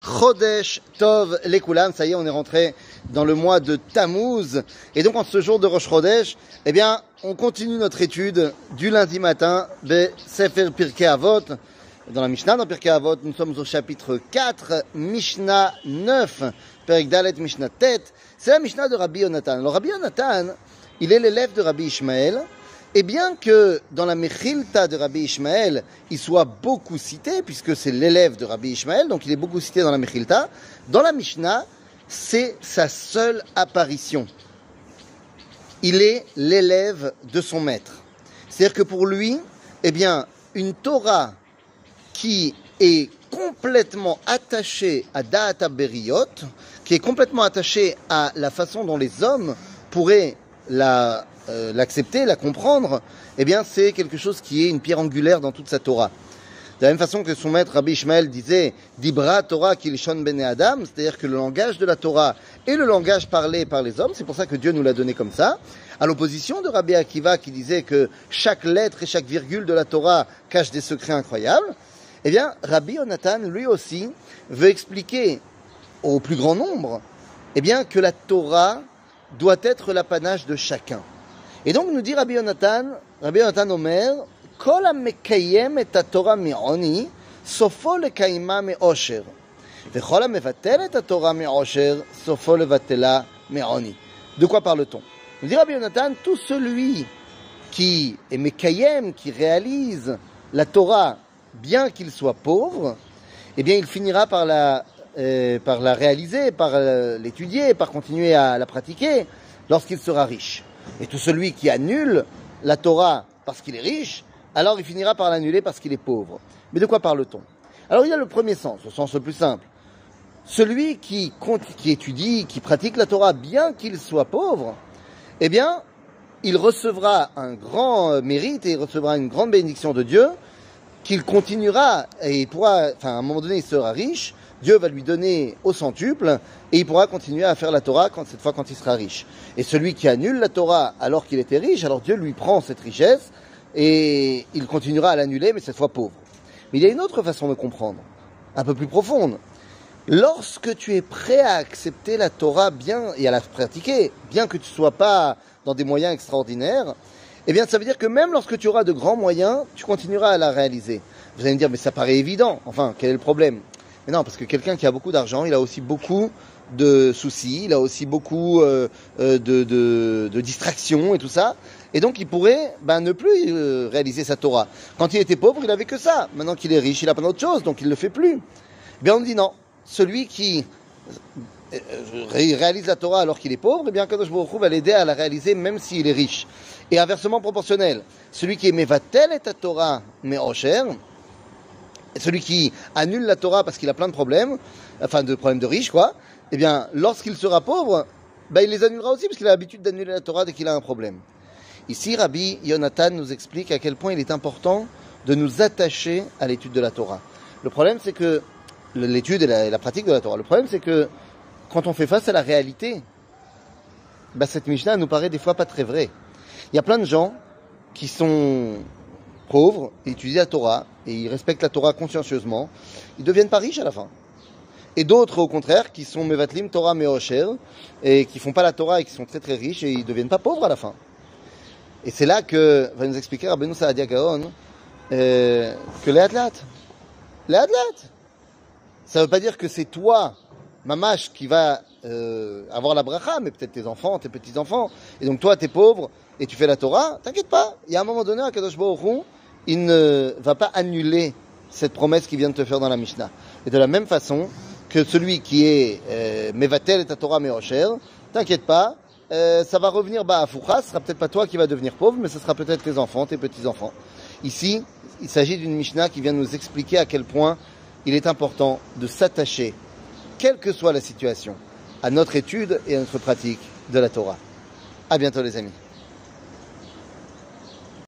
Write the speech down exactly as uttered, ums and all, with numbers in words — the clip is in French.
Chodesh Tov Lekulam, ça y est, on est rentré dans le mois de Tammuz. Et donc en ce jour de Rosh Chodesh, eh bien, on continue notre étude du lundi matin de Sefer Pirkei Avot. Dans la Mishnah, dans Pirkei Avot, nous sommes au chapitre quatre, Mishnah neuf, Perek Dalet Mishnah Tet. C'est la Mishnah de Rabbi Yonatan. Alors Rabbi Yonatan, il est l'élève de Rabbi Ishmael. Et bien que dans la Mechilta de Rabbi Ishmael, il soit beaucoup cité, puisque c'est l'élève de Rabbi Ishmael, donc il est beaucoup cité dans la Mechilta, dans la Mishnah, c'est sa seule apparition. Il est l'élève de son maître. C'est-à-dire que pour lui, eh bien, une Torah qui est complètement attachée à Da'at HaBeriyot, qui est complètement attachée à la façon dont les hommes pourraient la Euh, l'accepter, la comprendre, eh bien c'est quelque chose qui est une pierre angulaire dans toute sa Torah. De la même façon que son maître Rabbi Ishmael disait Dibra Torah Kilshon Bene Adam, c'est-à-dire que le langage de la Torah est le langage parlé par les hommes, c'est pour ça que Dieu nous l'a donné comme ça, à l'opposition de Rabbi Akiva qui disait que chaque lettre et chaque virgule de la Torah cache des secrets incroyables. Eh bien Rabbi Yonatan lui aussi veut expliquer au plus grand nombre eh bien que la Torah doit être l'apanage de chacun. Et donc nous dit Rabbi Yonatan, Rabbi Yonatan Omer, Kol ha-mekayem et ha-Torah mi'oni, sofo lekayma me'osher. Vechol ha-mevatel et ha-Torah me'osher, sofo levatela me'oni. De quoi parle-t-on? Nous dit Rabbi Yonatan, tout celui qui est mekayem, qui réalise la Torah, bien qu'il soit pauvre, eh bien il finira par la, euh, par la réaliser, par euh, l'étudier, par continuer à la pratiquer, lorsqu'il sera riche. Et tout celui qui annule la Torah parce qu'il est riche, alors il finira par l'annuler parce qu'il est pauvre. Mais de quoi parle-t-on? Alors il y a le premier sens, le sens le plus simple. Celui qui, qui étudie, qui pratique la Torah, bien qu'il soit pauvre, eh bien, il recevra un grand mérite et il recevra une grande bénédiction de Dieu, qu'il continuera et il pourra, enfin, à un moment donné, il sera riche. Dieu va lui donner au centuple et il pourra continuer à faire la Torah quand, cette fois quand il sera riche. Et celui qui annule la Torah alors qu'il était riche, alors Dieu lui prend cette richesse et il continuera à l'annuler, mais cette fois pauvre. Mais il y a une autre façon de comprendre, un peu plus profonde. Lorsque tu es prêt à accepter la Torah bien et à la pratiquer, bien que tu ne sois pas dans des moyens extraordinaires, eh bien ça veut dire que même lorsque tu auras de grands moyens, tu continueras à la réaliser. Vous allez me dire, mais ça paraît évident. Enfin, quel est le problème? Mais non, parce que quelqu'un qui a beaucoup d'argent, il a aussi beaucoup de soucis, il a aussi beaucoup euh, de, de, de distractions et tout ça. Et donc, il pourrait ben, ne plus euh, réaliser sa Torah. Quand il était pauvre, il avait que ça. Maintenant qu'il est riche, il a plein d'autres choses, donc il ne le fait plus. Eh bien, on dit non. Celui qui euh, réalise la Torah alors qu'il est pauvre, eh bien, Kadosh Baruch Hu va l'aider à la réaliser même s'il est riche. Et inversement proportionnel. Celui qui est mevatel et ta Torah me'osher, celui qui annule la Torah parce qu'il a plein de problèmes, enfin de problèmes de riches, quoi, eh bien, lorsqu'il sera pauvre, ben, il les annulera aussi parce qu'il a l'habitude d'annuler la Torah dès qu'il a un problème. Ici, Rabbi Yonatan nous explique à quel point il est important de nous attacher à l'étude de la Torah. Le problème, c'est que l'étude et la, et la pratique de la Torah, le problème, c'est que quand on fait face à la réalité, ben, cette Mishnah nous paraît des fois pas très vraie. Il y a plein de gens qui sont pauvres, ils étudient la Torah, et ils respectent la Torah consciencieusement, ils ne deviennent pas riches à la fin. Et d'autres, au contraire, qui sont mevatlim Torah me'osher, et qui font pas la Torah et qui sont très très riches, et ils ne deviennent pas pauvres à la fin. Et c'est là que va nous expliquer Rabbeinu Saadia Gaon euh, que les athlètes, les athlètes, ça ne veut pas dire que c'est toi, mamash, qui va euh, avoir la bracha, mais peut-être tes enfants, tes petits-enfants, et donc toi, t'es pauvre, et tu fais la Torah, t'inquiète pas, il y a un moment donné, à Kadosh Baruch Hu, il ne va pas annuler cette promesse qu'il vient de te faire dans la Mishnah. Et de la même façon que celui qui est euh, Mevatel et ta Torah Me'osher, t'inquiète pas, euh, ça va revenir bas à Foucha, ce sera peut-être pas toi qui va devenir pauvre, mais ce sera peut-être tes enfants, tes petits-enfants. Ici, il s'agit d'une Mishnah qui vient nous expliquer à quel point il est important de s'attacher, quelle que soit la situation, à notre étude et à notre pratique de la Torah. À bientôt les amis.